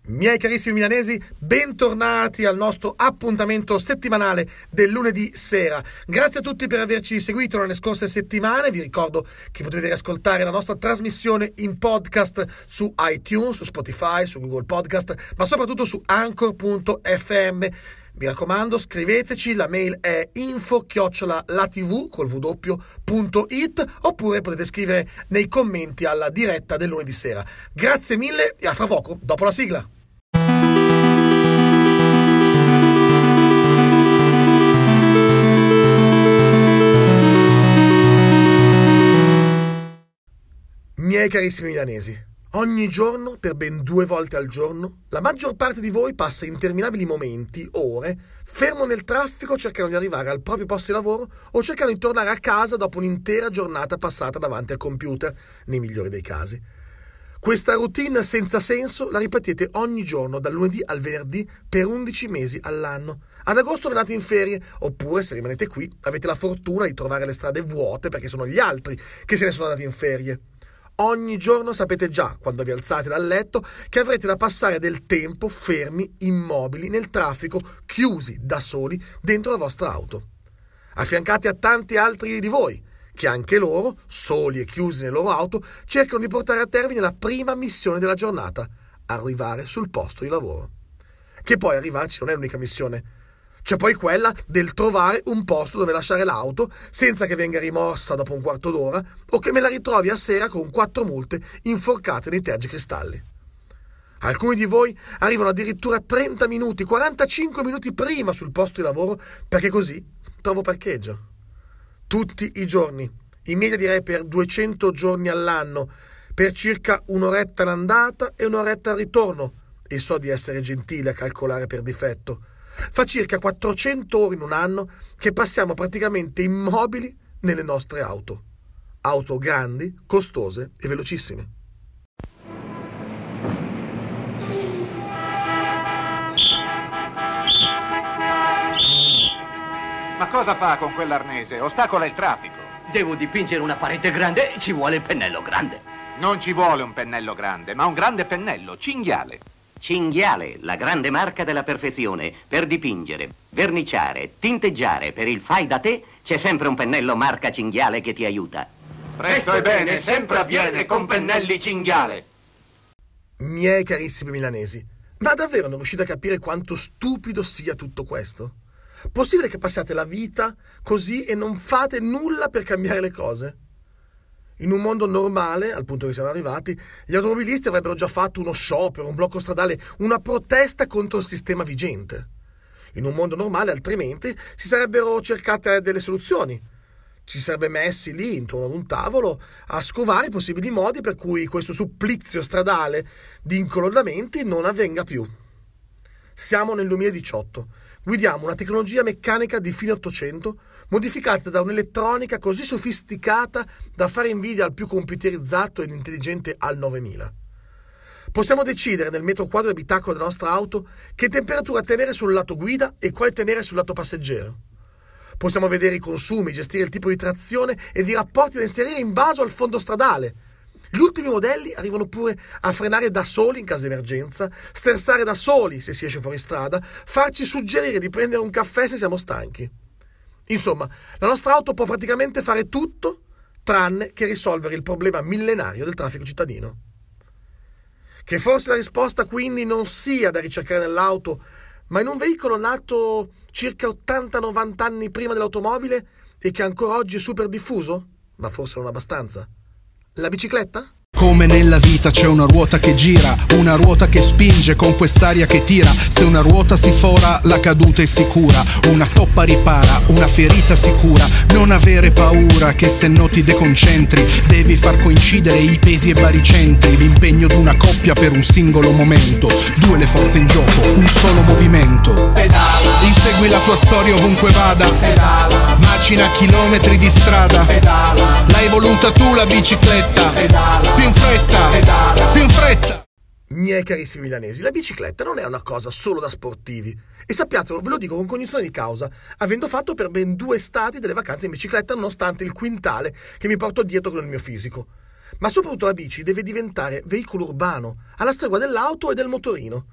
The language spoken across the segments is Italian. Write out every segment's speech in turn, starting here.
Miei carissimi milanesi, bentornati al nostro appuntamento settimanale del lunedì sera. Grazie a tutti per averci seguito nelle scorse settimane. Vi ricordo che potete riascoltare la nostra trasmissione in podcast su iTunes, su Spotify, su Google Podcast, ma soprattutto su Anchor.fm. Mi raccomando, scriveteci, la mail è info@latv.it oppure potete scrivere nei commenti alla diretta del lunedì sera. Grazie mille e a fra poco, dopo la sigla. Miei carissimi milanesi, ogni giorno, per ben 2 volte al giorno, la maggior parte di voi passa interminabili momenti, ore, fermo nel traffico cercando di arrivare al proprio posto di lavoro o cercando di tornare a casa dopo un'intera giornata passata davanti al computer, nei migliori dei casi. Questa routine senza senso la ripetete ogni giorno, dal lunedì al venerdì, per 11 mesi all'anno. Ad agosto andate in ferie, oppure se rimanete qui avete la fortuna di trovare le strade vuote perché sono gli altri che se ne sono andati in ferie. Ogni giorno sapete già, quando vi alzate dal letto, che avrete da passare del tempo fermi, immobili, nel traffico, chiusi da soli dentro la vostra auto, affiancati a tanti altri di voi, che anche loro, soli e chiusi nelle loro auto, cercano di portare a termine la prima missione della giornata, arrivare sul posto di lavoro. Che poi arrivarci non è l'unica missione. C'è poi quella del trovare un posto dove lasciare l'auto senza che venga rimossa dopo un quarto d'ora o che me la ritrovi a sera con 4 multe inforcate nei tergicristalli. Alcuni di voi arrivano addirittura 30 minuti, 45 minuti prima sul posto di lavoro perché così trovo parcheggio. Tutti i giorni, in media direi per 200 giorni all'anno, per circa un'oretta all'andata e un'oretta al ritorno, e so di essere gentile a calcolare per difetto. Fa circa 400 ore in un anno che passiamo praticamente immobili nelle nostre auto. Auto grandi, costose e velocissime. Ma cosa fa con quell'arnese? Ostacola il traffico. Devo dipingere una parete grande, ci vuole il pennello grande. Non ci vuole un pennello grande, ma un grande pennello, cinghiale. Cinghiale, la grande marca della perfezione. Per dipingere, verniciare, tinteggiare, per il fai da te, c'è sempre un pennello marca Cinghiale che ti aiuta. Presto e bene, sempre avviene con pennelli Cinghiale. Miei carissimi milanesi, ma davvero non riuscite a capire quanto stupido sia tutto questo? Possibile che passiate la vita così e non fate nulla per cambiare le cose? In un mondo normale, al punto che siamo arrivati, gli automobilisti avrebbero già fatto uno sciopero, un blocco stradale, una protesta contro il sistema vigente. In un mondo normale, altrimenti, si sarebbero cercate delle soluzioni. Ci si sarebbe messi lì, intorno ad un tavolo, a scovare i possibili modi per cui questo supplizio stradale di incolonnamenti non avvenga più. Siamo nel 2018. Guidiamo una tecnologia meccanica di fine 800 modificata da un'elettronica così sofisticata da fare invidia al più computerizzato ed intelligente al 9000. Possiamo decidere nel metro quadro abitacolo della nostra auto che temperatura tenere sul lato guida e quale tenere sul lato passeggero. Possiamo vedere i consumi, gestire il tipo di trazione ed i rapporti da inserire in base al fondo stradale. Gli ultimi modelli arrivano pure a frenare da soli in caso di emergenza, sterzare da soli se si esce fuori strada, farci suggerire di prendere un caffè se siamo stanchi. Insomma, la nostra auto può praticamente fare tutto tranne che risolvere il problema millenario del traffico cittadino. Che forse la risposta quindi non sia da ricercare nell'auto, ma in un veicolo nato circa 80-90 anni prima dell'automobile e che ancora oggi è super diffuso? Ma forse non abbastanza. La bicicletta? Come nella vita c'è una ruota che gira, una ruota che spinge con quest'aria che tira. Se una ruota si fora, la caduta è sicura. Una toppa ripara, una ferita sicura. Non avere paura che se no ti deconcentri. Devi far coincidere i pesi e baricentri. L'impegno d'una coppia per un singolo momento. 2 le forze in gioco, un solo movimento. Pedala. Insegui la tua storia ovunque vada. Pedala. Macina chilometri di strada. Pedala. L'hai voluta tu la bicicletta. Pedala. Più in fretta, pedala. Più in fretta. Miei carissimi milanesi, la bicicletta non è una cosa solo da sportivi. E sappiatelo, ve lo dico con cognizione di causa, avendo fatto per ben 2 estati delle vacanze in bicicletta nonostante il quintale che mi porto dietro con il mio fisico. Ma soprattutto la bici deve diventare veicolo urbano, alla stregua dell'auto e del motorino.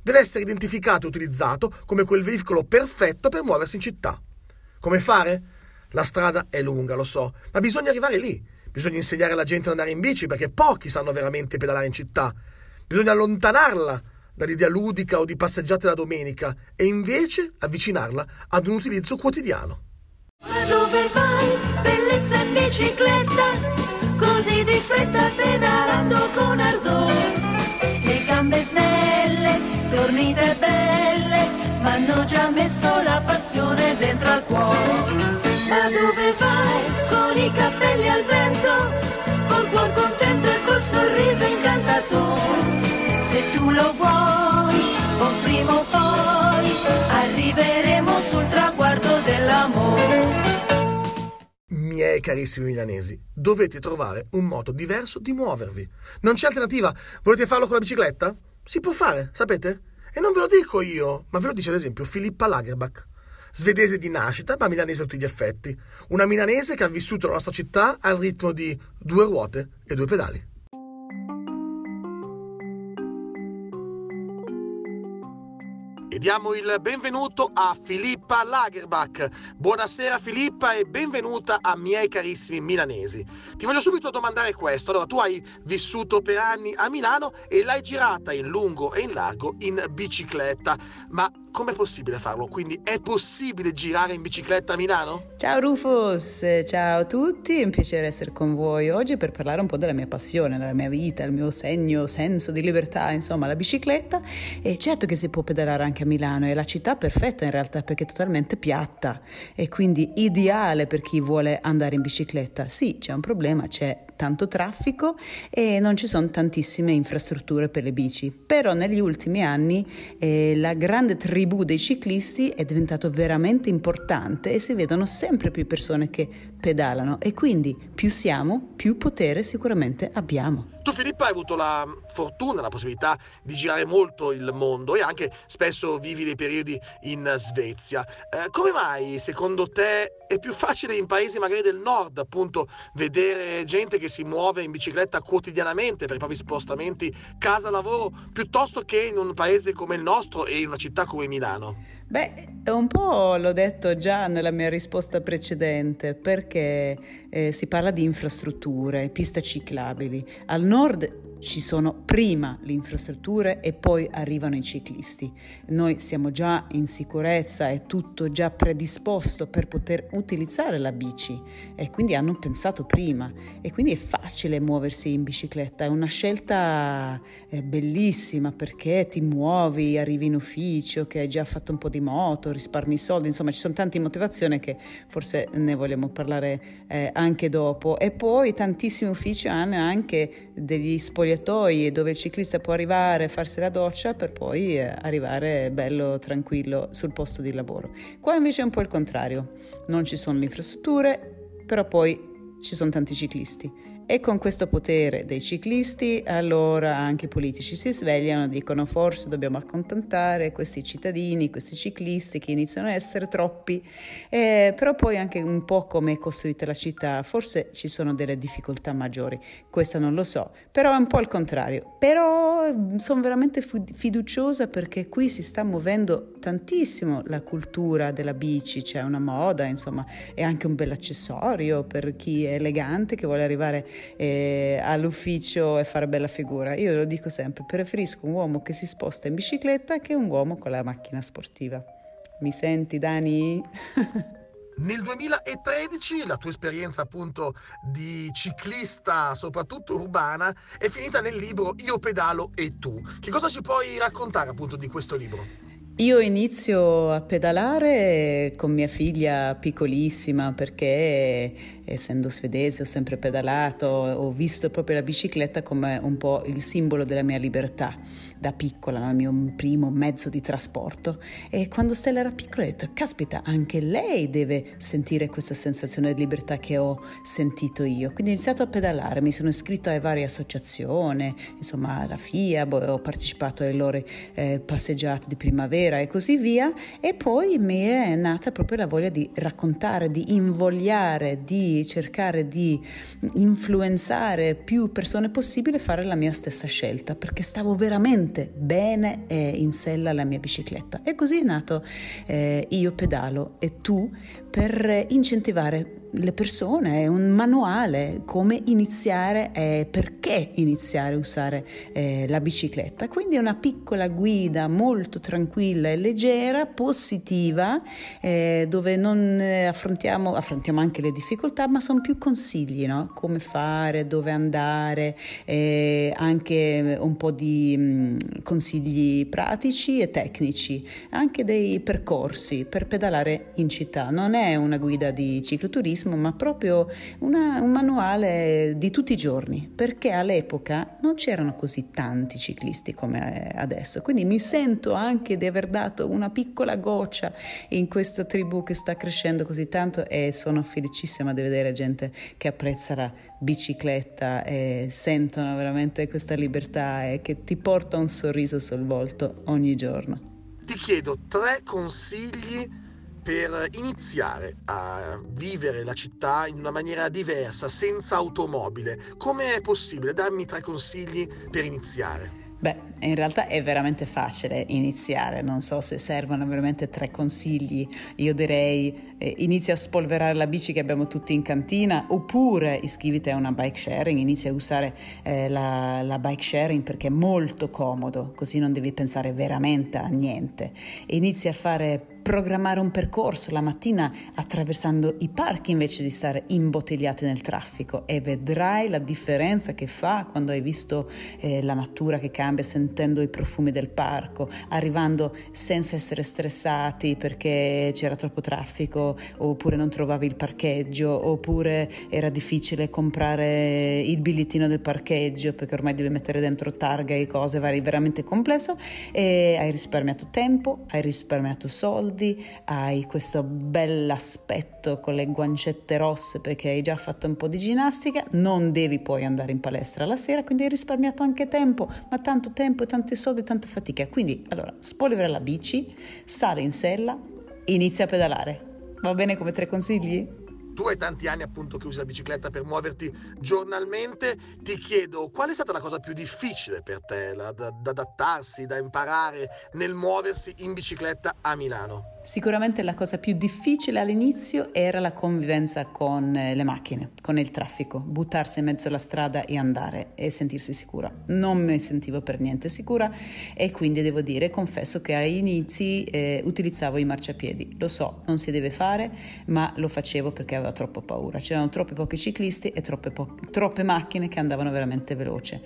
deve essere identificato e utilizzato come quel veicolo perfetto per muoversi in città. Come fare? La strada è lunga, lo so, ma bisogna arrivare lì. Bisogna insegnare alla gente ad andare in bici perché pochi sanno veramente pedalare in città. Bisogna allontanarla dall'idea ludica o di passeggiate la domenica e invece avvicinarla ad un utilizzo quotidiano. Ma dove vai? Bellezza in bicicletta, così di fretta pedalando con ardore. Le gambe snelle, dormite belle, ma hanno già messo la passione dentro al cuore. Ma dove vai? Con i capelli al vento, col cuor contento e col sorriso incantatore. Se tu lo vuoi, o prima o poi, arriveremo sul traguardo dell'amore. Miei carissimi milanesi, dovete trovare un modo diverso di muovervi. Non c'è alternativa? Volete farlo con la bicicletta? Si può fare, sapete? E non ve lo dico io, ma ve lo dice ad esempio Filippa Lagerbäck, svedese di nascita, ma milanese a tutti gli effetti. Una milanese che ha vissuto la nostra città al ritmo di 2 ruote e 2 pedali. E diamo il benvenuto a Filippa Lagerbäck. Buonasera Filippa e benvenuta a Miei carissimi milanesi. Ti voglio subito domandare questo. Allora, tu hai vissuto per anni a Milano e l'hai girata in lungo e in largo in bicicletta, ma com'è possibile farlo? Quindi è possibile girare in bicicletta a Milano? Ciao Rufus, ciao a tutti, è un piacere essere con voi oggi per parlare un po' della mia passione, della mia vita, il mio senso di libertà, insomma la bicicletta. E certo che si può pedalare anche a Milano, è la città perfetta in realtà perché è totalmente piatta e quindi ideale per chi vuole andare in bicicletta. Sì, c'è un problema, c'è tanto traffico e non ci sono tantissime infrastrutture per le bici, però negli ultimi anni la grande tribù dei ciclisti è diventato veramente importante e si vedono sempre più persone che pedalano e quindi più siamo, più potere sicuramente abbiamo. Tu Filippa hai avuto la fortuna, la possibilità di girare molto il mondo e anche spesso vivi dei periodi in Svezia. Come mai secondo te è più facile in paesi magari del nord appunto vedere gente che si muove in bicicletta quotidianamente per i propri spostamenti casa-lavoro piuttosto che in un paese come il nostro e in una città come Milano? Beh, un po' l'ho detto già nella mia risposta precedente, perché si parla di infrastrutture, piste ciclabili. Al nord ci sono prima le infrastrutture e poi arrivano i ciclisti. Noi siamo già in sicurezza, è tutto già predisposto per poter utilizzare la bici e quindi hanno pensato prima e quindi è facile muoversi in bicicletta, è una scelta bellissima perché ti muovi, arrivi in ufficio che hai già fatto un po' di moto, risparmi soldi, insomma ci sono tante motivazioni che forse ne vogliamo parlare anche dopo. E poi tantissimi uffici hanno anche degli spogliatoi dove il ciclista può arrivare, farsi la doccia per poi arrivare bello tranquillo sul posto di lavoro. Qua invece è un po' il contrario, non ci sono le infrastrutture, però poi ci sono tanti ciclisti. E con questo potere dei ciclisti, allora anche i politici si svegliano e dicono forse dobbiamo accontentare questi cittadini, questi ciclisti che iniziano a essere troppi, però poi anche un po' come è costruita la città, forse ci sono delle difficoltà maggiori, questo non lo so, però è un po' il contrario. Però sono veramente fiduciosa perché qui si sta muovendo tantissimo la cultura della bici, c'è una moda, insomma, è anche un bel accessorio per chi è elegante che vuole arrivare all'ufficio e fare bella figura. Io lo dico sempre, preferisco un uomo che si sposta in bicicletta che un uomo con la macchina sportiva. Mi senti, Dani? Nel 2013 la tua esperienza appunto di ciclista, soprattutto urbana, è finita nel libro Io pedalo e tu. Che cosa ci puoi raccontare appunto di questo libro? Io inizio a pedalare con mia figlia piccolissima perché essendo svedese ho sempre pedalato, ho visto proprio la bicicletta come un po' il simbolo della mia libertà da piccola, il mio primo mezzo di trasporto. E quando Stella era piccola ho detto caspita, anche lei deve sentire questa sensazione di libertà che ho sentito io. Quindi ho iniziato a pedalare, mi sono iscritta a varie associazioni, insomma alla FIAB, ho partecipato alle loro passeggiate di primavera e così via, e poi mi è nata proprio la voglia di raccontare, di invogliare, di cercare di influenzare più persone possibile a fare la mia stessa scelta, perché stavo veramente veramente bene in sella alla mia bicicletta. E così è nato Io Pedalo e Tu, per incentivare le persone. È un manuale come iniziare e perché iniziare a usare la bicicletta. Quindi è una piccola guida molto tranquilla e leggera, positiva, dove non affrontiamo anche le difficoltà, ma sono più consigli, no? Come fare, dove andare, anche un po' di consigli pratici e tecnici, anche dei percorsi per pedalare in città. Non è una guida di cicloturismo, ma proprio un manuale di tutti i giorni, perché all'epoca non c'erano così tanti ciclisti come adesso, quindi mi sento anche di aver dato una piccola goccia in questa tribù che sta crescendo così tanto, e sono felicissima di vedere gente che apprezza la bicicletta e sentono veramente questa libertà e che ti porta un sorriso sul volto ogni giorno. Ti chiedo 3 consigli per iniziare a vivere la città in una maniera diversa, senza automobile. Come è possibile? Dammi 3 consigli per iniziare. Beh, in realtà è veramente facile iniziare, non so se servono veramente 3 consigli. Io direi inizia a spolverare la bici che abbiamo tutti in cantina, oppure iscriviti a una bike sharing, inizia a usare la bike sharing perché è molto comodo, così non devi pensare veramente a niente. Inizia a programmare un percorso la mattina attraversando i parchi invece di stare imbottigliati nel traffico, e vedrai la differenza che fa quando hai visto la natura che cambia, sentendo i profumi del parco, arrivando senza essere stressati perché c'era troppo traffico, oppure non trovavi il parcheggio, oppure era difficile comprare il bigliettino del parcheggio perché ormai devi mettere dentro targa e cose varie, veramente complesso, e hai risparmiato tempo, hai risparmiato soldi, hai questo bell'aspetto con le guancette rosse perché hai già fatto un po' di ginnastica, non devi poi andare in palestra la sera, quindi hai risparmiato anche tempo, ma tanto tempo e tanti soldi e tanta fatica. Quindi allora spolvera la bici, sale in sella, inizia a pedalare. Va bene come 3 consigli? Tu hai tanti anni appunto che usi la bicicletta per muoverti giornalmente, ti chiedo qual è stata la cosa più difficile per te da adattarsi, da imparare nel muoversi in bicicletta a Milano? Sicuramente la cosa più difficile all'inizio era la convivenza con le macchine, con il traffico, buttarsi in mezzo alla strada e andare e sentirsi sicura. Non mi sentivo per niente sicura, e quindi devo dire, confesso che agli inizi utilizzavo i marciapiedi. Lo so, non si deve fare, ma lo facevo perché avevo troppo paura. C'erano troppi pochi ciclisti e troppe macchine che andavano veramente veloce.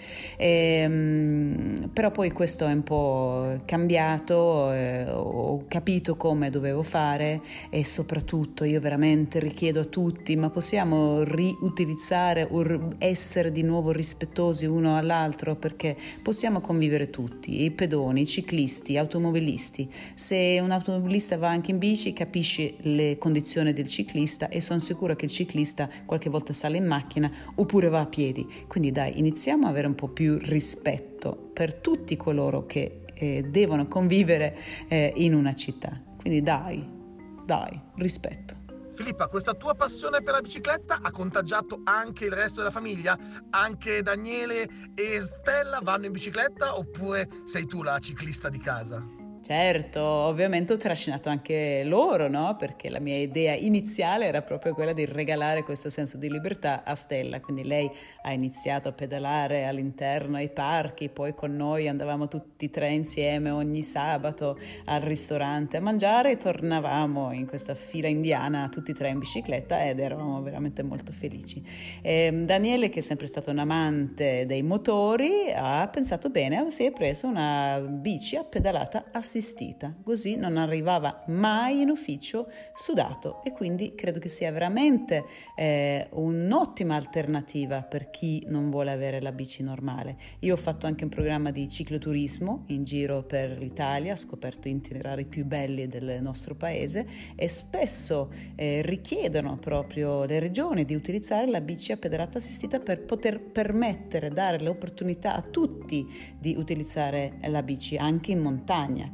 Però poi questo è un po' cambiato, ho capito come dovevo fare, e soprattutto io veramente richiedo a tutti: ma possiamo riutilizzare o essere di nuovo rispettosi uno all'altro, perché possiamo convivere tutti, i pedoni, i ciclisti, automobilisti. Se un automobilista va anche in bici, capisce le condizioni del ciclista, e sono sicura che il ciclista qualche volta sale in macchina oppure va a piedi. Quindi dai, iniziamo a avere un po' più rispetto per tutti coloro che devono convivere in una città. Quindi dai, rispetto. Filippa, questa tua passione per la bicicletta ha contagiato anche il resto della famiglia? Anche Daniele e Stella vanno in bicicletta, oppure sei tu la ciclista di casa? Certo, ovviamente ho trascinato anche loro, no? Perché la mia idea iniziale era proprio quella di regalare questo senso di libertà a Stella, quindi lei ha iniziato a pedalare all'interno ai parchi, poi con noi andavamo tutti e 3 insieme ogni sabato al ristorante a mangiare, e tornavamo in questa fila indiana tutti e 3 in bicicletta, ed eravamo veramente molto felici. Daniele, che è sempre stato un amante dei motori, ha pensato bene, si è preso una bici a pedalata assistita, così non arrivava mai in ufficio sudato, e quindi credo che sia veramente un'ottima alternativa per chi non vuole avere la bici normale. Io ho fatto anche un programma di cicloturismo in giro per l'Italia, ho scoperto itinerari più belli del nostro paese, e spesso richiedono proprio le regioni di utilizzare la bici a pedalata assistita per poter permettere, dare l'opportunità a tutti di utilizzare la bici anche in montagna.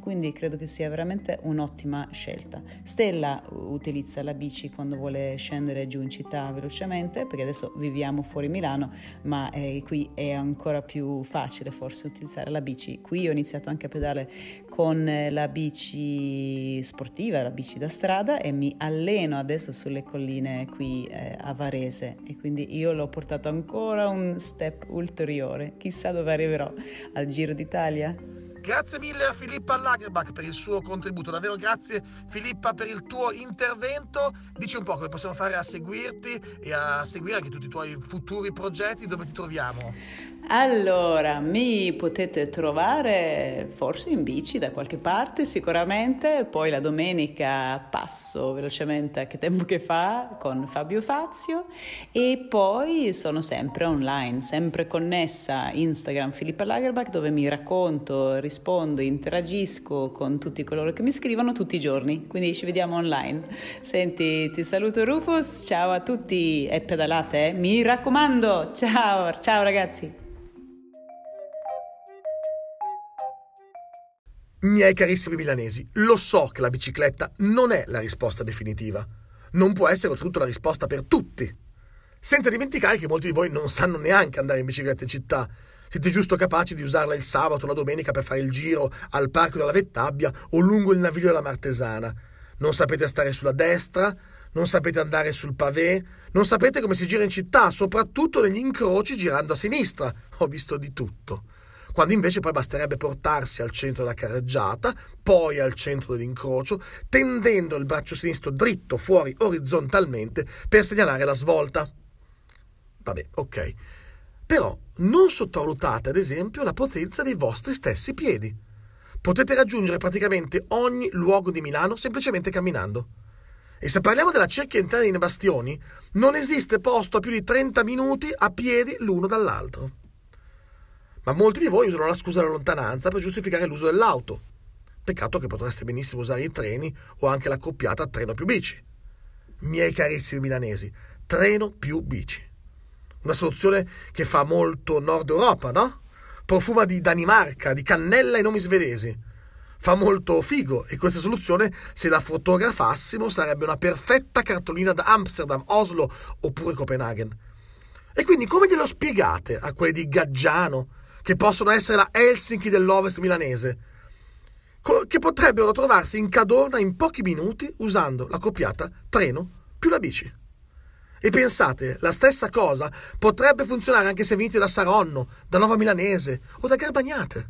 quindi credo che sia veramente un'ottima scelta. Stella utilizza la bici quando vuole scendere giù in città velocemente, perché adesso viviamo fuori Milano, ma qui è ancora più facile forse utilizzare la bici. Qui ho iniziato anche a pedalare con la bici sportiva, la bici da strada, e mi alleno adesso sulle colline qui a Varese, e quindi io l'ho portato ancora un step ulteriore. Chissà dove arriverò al Giro d'Italia. Grazie mille a Filippa Lagerbach per il suo contributo, davvero grazie Filippa per il tuo intervento. Dici un po' come possiamo fare a seguirti e a seguire anche tutti i tuoi futuri progetti, dove ti troviamo? Allora, mi potete trovare forse in bici da qualche parte sicuramente, poi la domenica passo velocemente a Che tempo che fa con Fabio Fazio, e poi sono sempre online, sempre connessa Instagram Filippa Lagerbach, dove mi racconto, rispondo, interagisco con tutti coloro che mi scrivono tutti i giorni, quindi ci vediamo online. Senti, ti saluto Rufus, ciao a tutti e pedalate, mi raccomando, ciao ragazzi. Miei carissimi milanesi, lo so che la bicicletta non è la risposta definitiva. Non può essere oltretutto la risposta per tutti. Senza dimenticare che molti di voi non sanno neanche andare in bicicletta in città. Siete giusto capaci di usarla il sabato o la domenica per fare il giro al parco della Vettabbia o lungo il Naviglio della Martesana. Non sapete stare sulla destra, non sapete andare sul pavé, non sapete come si gira in città, soprattutto negli incroci girando a sinistra. Ho visto di tutto. Quando invece poi basterebbe portarsi al centro della carreggiata, poi al centro dell'incrocio, tendendo il braccio sinistro dritto fuori orizzontalmente per segnalare la svolta. Vabbè, ok. Però non sottovalutate, ad esempio, la potenza dei vostri stessi piedi. Potete raggiungere praticamente ogni luogo di Milano semplicemente camminando. E se parliamo della cerchia interna dei bastioni, non esiste posto a più di 30 minuti a piedi l'uno dall'altro. Ma molti di voi usano la scusa della lontananza per giustificare l'uso dell'auto. Peccato che potreste benissimo usare i treni o anche l'accoppiata treno più bici. Miei carissimi milanesi, treno più bici. Una soluzione che fa molto Nord Europa, no? Profuma di Danimarca, di cannella e nomi svedesi. Fa molto figo, e questa soluzione, se la fotografassimo, sarebbe una perfetta cartolina da Amsterdam, Oslo oppure Copenaghen. E quindi come glielo spiegate a quelli di Gaggiano, che possono essere la Helsinki dell'Ovest milanese, che potrebbero trovarsi in Cadorna in pochi minuti usando la coppiata treno più la bici? E pensate, la stessa cosa potrebbe funzionare anche se venite da Saronno, da Nova Milanese o da Garbagnate.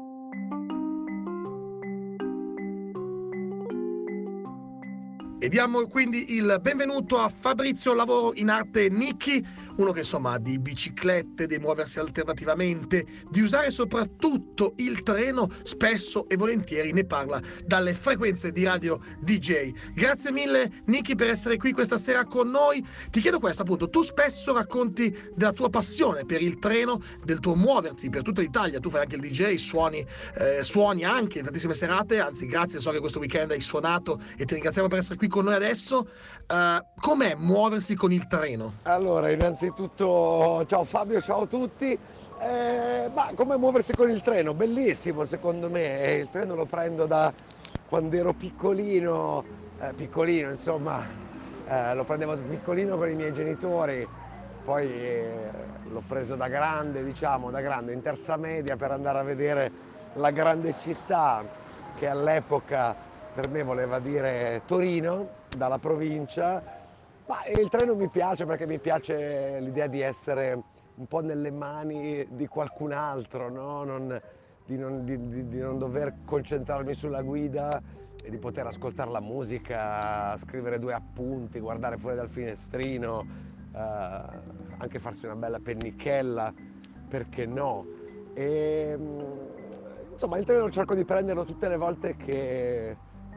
E diamo quindi il benvenuto a Fabrizio Lavoro in arte Nicchi, uno che insomma ha di biciclette, di muoversi alternativamente, di usare soprattutto il treno, spesso e volentieri ne parla dalle frequenze di radio DJ. Grazie mille Nicchi per essere qui questa sera con noi. Ti chiedo questo appunto, tu spesso racconti della tua passione per il treno, del tuo muoverti per tutta l'Italia, tu fai anche il DJ, suoni anche in tantissime serate, anzi grazie, so che questo weekend hai suonato e ti ringraziamo per essere qui con noi adesso. Com'è muoversi con il treno? Allora, innanzitutto ciao Fabio, ciao a tutti. Come muoversi con il treno? Bellissimo secondo me. Il treno lo prendo da quando ero piccolino insomma, lo prendevo da piccolino con i miei genitori, poi l'ho preso da grande, in terza media, per andare a vedere la grande città che all'epoca per me voleva dire Torino, dalla provincia. Ma il treno mi piace perché mi piace l'idea di essere un po' nelle mani di qualcun altro, no? Di non dover concentrarmi sulla guida e di poter ascoltare la musica, scrivere 2 appunti, guardare fuori dal finestrino, anche farsi una bella pennichella, perché no? E, insomma, il treno cerco di prenderlo tutte le volte che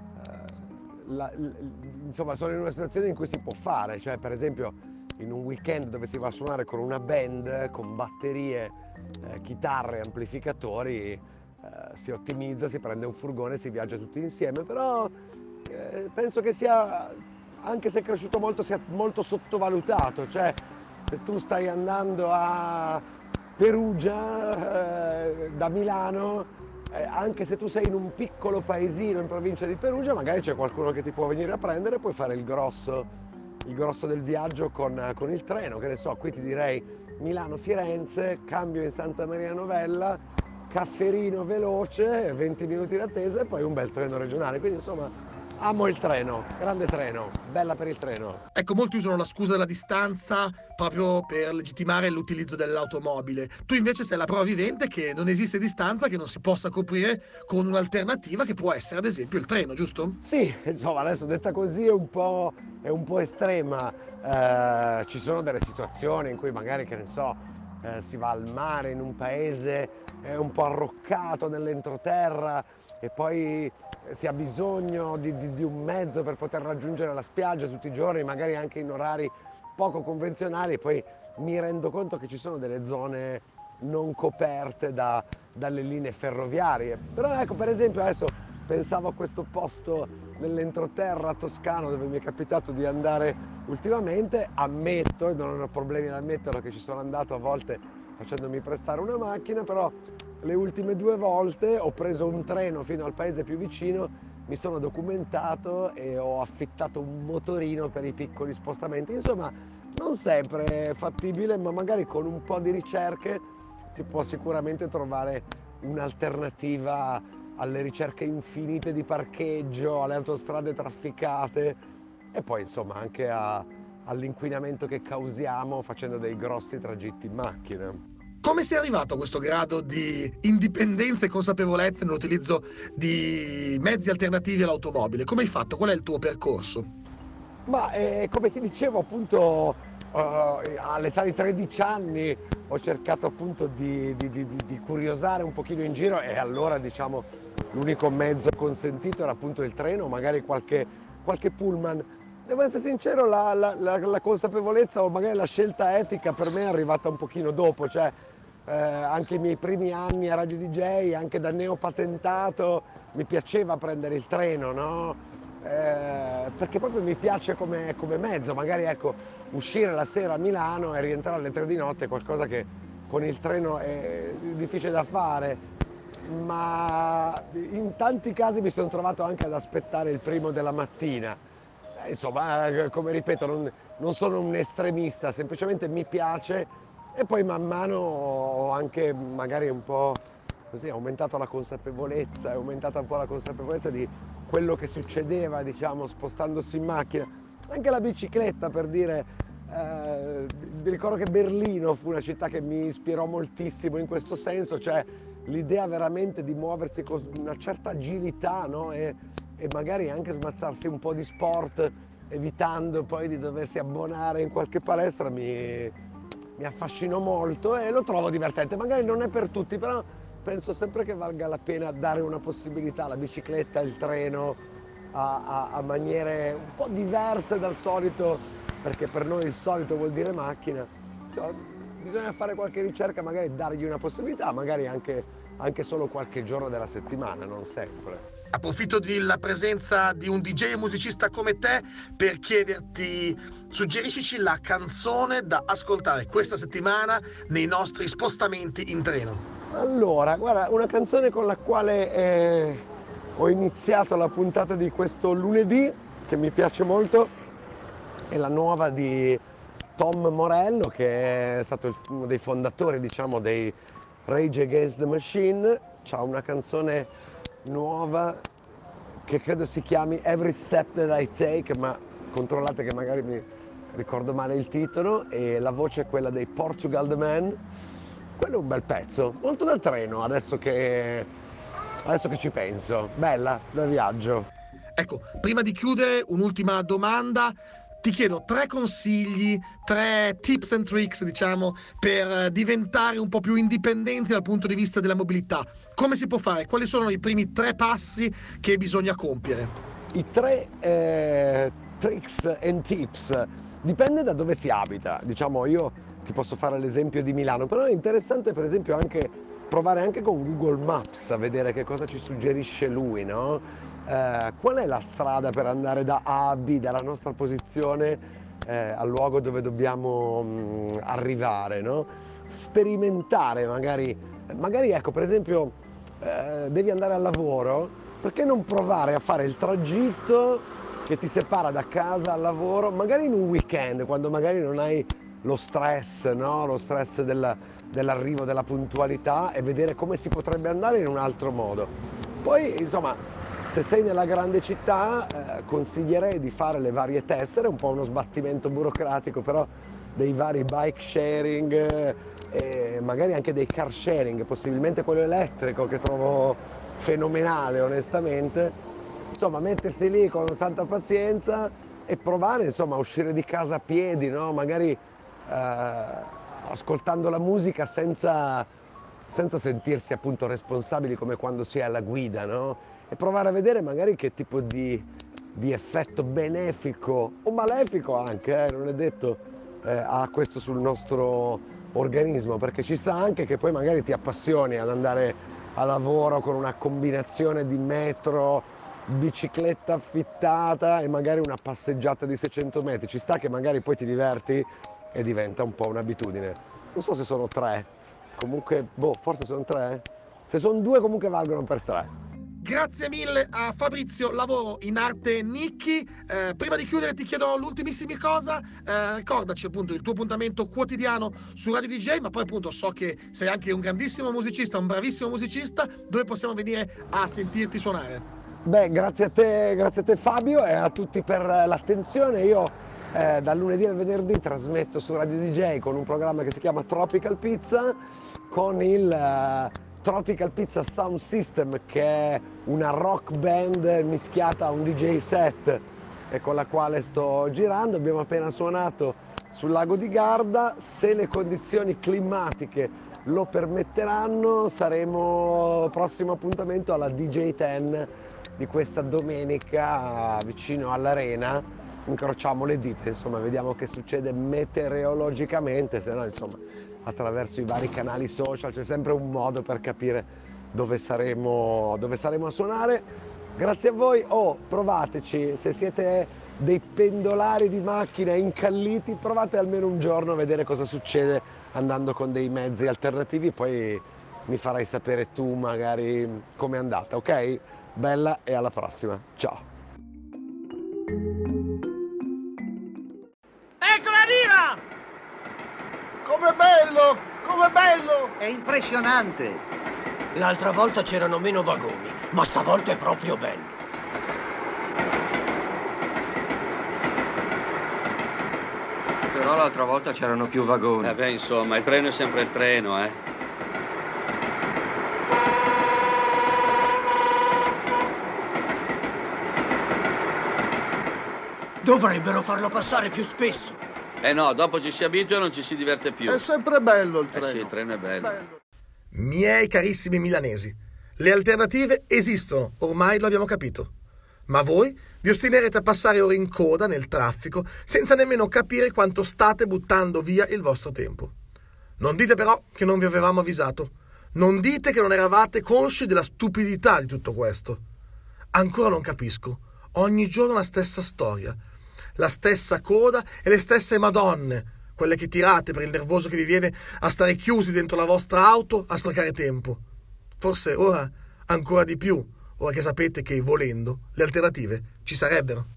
insomma, sono in una situazione in cui si può fare, cioè per esempio in un weekend dove si va a suonare con una band, con batterie, chitarre, amplificatori, si ottimizza, si prende un furgone, si viaggia tutti insieme, però penso che sia, anche se è cresciuto molto, sia molto sottovalutato, cioè se tu stai andando a Perugia da Milano, anche se tu sei in un piccolo paesino in provincia di Perugia, magari c'è qualcuno che ti può venire a prendere e puoi fare il grosso del viaggio con il treno, che ne so, qui ti direi Milano-Firenze, cambio in Santa Maria Novella, cafferino veloce, 20 minuti d'attesa e poi un bel treno regionale, quindi insomma amo il treno, grande treno, bella per il treno. Ecco, molti usano la scusa della distanza proprio per legittimare l'utilizzo dell'automobile. Tu invece sei la prova vivente che non esiste distanza che non si possa coprire con un'alternativa che può essere ad esempio il treno, giusto? Sì, insomma, adesso detta così è un po' estrema. Ci sono delle situazioni in cui magari, che ne so, si va al mare in un paese un po' arroccato nell'entroterra e poi si ha bisogno di un mezzo per poter raggiungere la spiaggia tutti i giorni, magari anche in orari poco convenzionali, poi mi rendo conto che ci sono delle zone non coperte dalle linee ferroviarie. Però ecco, per esempio adesso pensavo a questo posto nell'entroterra toscano dove mi è capitato di andare ultimamente, ammetto, e non ho problemi ad ammetterlo, che ci sono andato a volte facendomi prestare una macchina, però le ultime 2 volte ho preso un treno fino al paese più vicino, mi sono documentato e ho affittato un motorino per i piccoli spostamenti. Insomma, non sempre fattibile, ma magari con un po' di ricerche si può sicuramente trovare un'alternativa alle ricerche infinite di parcheggio, alle autostrade trafficate e poi insomma anche all'inquinamento che causiamo facendo dei grossi tragitti in macchina. Come sei arrivato a questo grado di indipendenza e consapevolezza nell'utilizzo di mezzi alternativi all'automobile? Come hai fatto? Qual è il tuo percorso? Ma come ti dicevo appunto all'età di 13 anni ho cercato appunto di curiosare un pochino in giro e allora diciamo l'unico mezzo consentito era appunto il treno, magari qualche pullman. Devo essere sincero, la consapevolezza o magari la scelta etica per me è arrivata un pochino dopo, cioè anche i miei primi anni a Radio DJ, anche da neopatentato, mi piaceva prendere il treno, no? Perché proprio mi piace come mezzo, magari ecco, uscire la sera a Milano e rientrare alle 3 di notte è qualcosa che con il treno è difficile da fare, ma in tanti casi mi sono trovato anche ad aspettare il primo della mattina. Insomma, come ripeto, non sono un estremista, semplicemente mi piace e poi man mano ho anche magari un po' così aumentato la consapevolezza, è aumentata un po' la consapevolezza di quello che succedeva, diciamo, spostandosi in macchina. Anche la bicicletta, per dire, mi ricordo che Berlino fu una città che mi ispirò moltissimo in questo senso, cioè l'idea veramente di muoversi con una certa agilità, no? E magari anche smazzarsi un po' di sport, evitando poi di doversi abbonare in qualche palestra, mi affascinò molto e lo trovo divertente. Magari non è per tutti, però penso sempre che valga la pena dare una possibilità alla bicicletta, al treno, a maniere un po' diverse dal solito, perché per noi il solito vuol dire macchina. Cioè, bisogna fare qualche ricerca, magari dargli una possibilità, magari anche solo qualche giorno della settimana, non sempre. Approfitto della presenza di un DJ e musicista come te per chiederti, suggeriscici la canzone da ascoltare questa settimana nei nostri spostamenti in treno. Allora, guarda, una canzone con la quale ho iniziato la puntata di questo lunedì, che mi piace molto, è la nuova di Tom Morello, che è stato uno dei fondatori, diciamo, dei Rage Against the Machine. C'ha una canzone nuova che credo si chiami Every Step That I Take, ma controllate che magari mi ricordo male il titolo, e la voce è quella dei Portugal The Man. Quello è un bel pezzo, molto da treno adesso che ci penso, bella, da viaggio. Ecco, prima di chiudere un'ultima domanda, ti chiedo 3 consigli, 3 tips and tricks, diciamo, per diventare un po' più indipendenti dal punto di vista della mobilità. Come si può fare? Quali sono i primi 3 passi che bisogna compiere? I 3 tricks and tips, dipende da dove si abita. Diciamo, io ti posso fare l'esempio di Milano, però è interessante per esempio anche provare anche con Google Maps a vedere che cosa ci suggerisce lui, no? Qual è la strada per andare da A a B, dalla nostra posizione al luogo dove dobbiamo arrivare, no? Sperimentare magari ecco, per esempio devi andare al lavoro, perché non provare a fare il tragitto che ti separa da casa al lavoro, magari in un weekend, quando magari non hai lo stress, no? Lo stress dell'arrivo, della puntualità, e vedere come si potrebbe andare in un altro modo. Poi, insomma, se sei nella grande città, consiglierei di fare le varie tessere, un po' uno sbattimento burocratico, però dei vari bike sharing e magari anche dei car sharing, possibilmente quello elettrico, che trovo fenomenale onestamente. Insomma, mettersi lì con santa pazienza e provare, insomma, a uscire di casa a piedi, no? Magari ascoltando la musica senza sentirsi appunto responsabili come quando si è alla guida, no? E provare a vedere magari che tipo di effetto benefico o malefico anche, non è detto, ha questo sul nostro organismo, perché ci sta anche che poi magari ti appassioni ad andare a lavoro con una combinazione di metro, bicicletta affittata e magari una passeggiata di 600 metri, ci sta che magari poi ti diverti e diventa un po' un'abitudine. Non so se sono 3, comunque, forse sono 3, se sono 2 comunque valgono per 3. Grazie mille a Fabrizio Lavoro in arte Nicchi. Prima di chiudere ti chiedo l'ultimissima cosa, ricordaci appunto il tuo appuntamento quotidiano su Radio DJ, ma poi appunto so che sei anche un grandissimo musicista, un bravissimo musicista, dove possiamo venire a sentirti suonare? Beh, grazie a te Fabio e a tutti per l'attenzione. Io dal lunedì al venerdì trasmetto su Radio DJ con un programma che si chiama Tropical Pizza, con il Tropical Pizza Sound System, che è una rock band mischiata a un DJ set e con la quale sto girando. Abbiamo appena suonato sul lago di Garda. Se le condizioni climatiche lo permetteranno, saremo prossimo appuntamento alla DJ 10 di questa domenica vicino all'Arena. Incrociamo le dita, insomma, vediamo che succede meteorologicamente, se no, insomma, attraverso i vari canali social c'è sempre un modo per capire dove saremo a suonare. Grazie a voi, provateci, se siete dei pendolari di macchina incalliti, provate almeno un giorno a vedere cosa succede andando con dei mezzi alternativi, poi mi farai sapere tu magari com'è andata, ok? Bella e alla prossima, ciao! Eccola, arriva! Com'è bello! Com'è bello! È impressionante! L'altra volta c'erano meno vagoni, ma stavolta è proprio bello. Però l'altra volta c'erano più vagoni. Beh, insomma, il treno è sempre il treno, Dovrebbero farlo passare più spesso. No, dopo ci si abitua e non ci si diverte più. È sempre bello il treno. Sì, il treno è bello. Miei carissimi milanesi, le alternative esistono, ormai lo abbiamo capito. Ma voi vi ostinerete a passare ore in coda nel traffico senza nemmeno capire quanto state buttando via il vostro tempo. Non dite però che non vi avevamo avvisato. Non dite che non eravate consci della stupidità di tutto questo. Ancora non capisco. Ogni giorno la stessa storia. La stessa coda e le stesse madonne, quelle che tirate per il nervoso che vi viene a stare chiusi dentro la vostra auto a sprecare tempo. Forse ora ancora di più, ora che sapete che volendo le alternative ci sarebbero.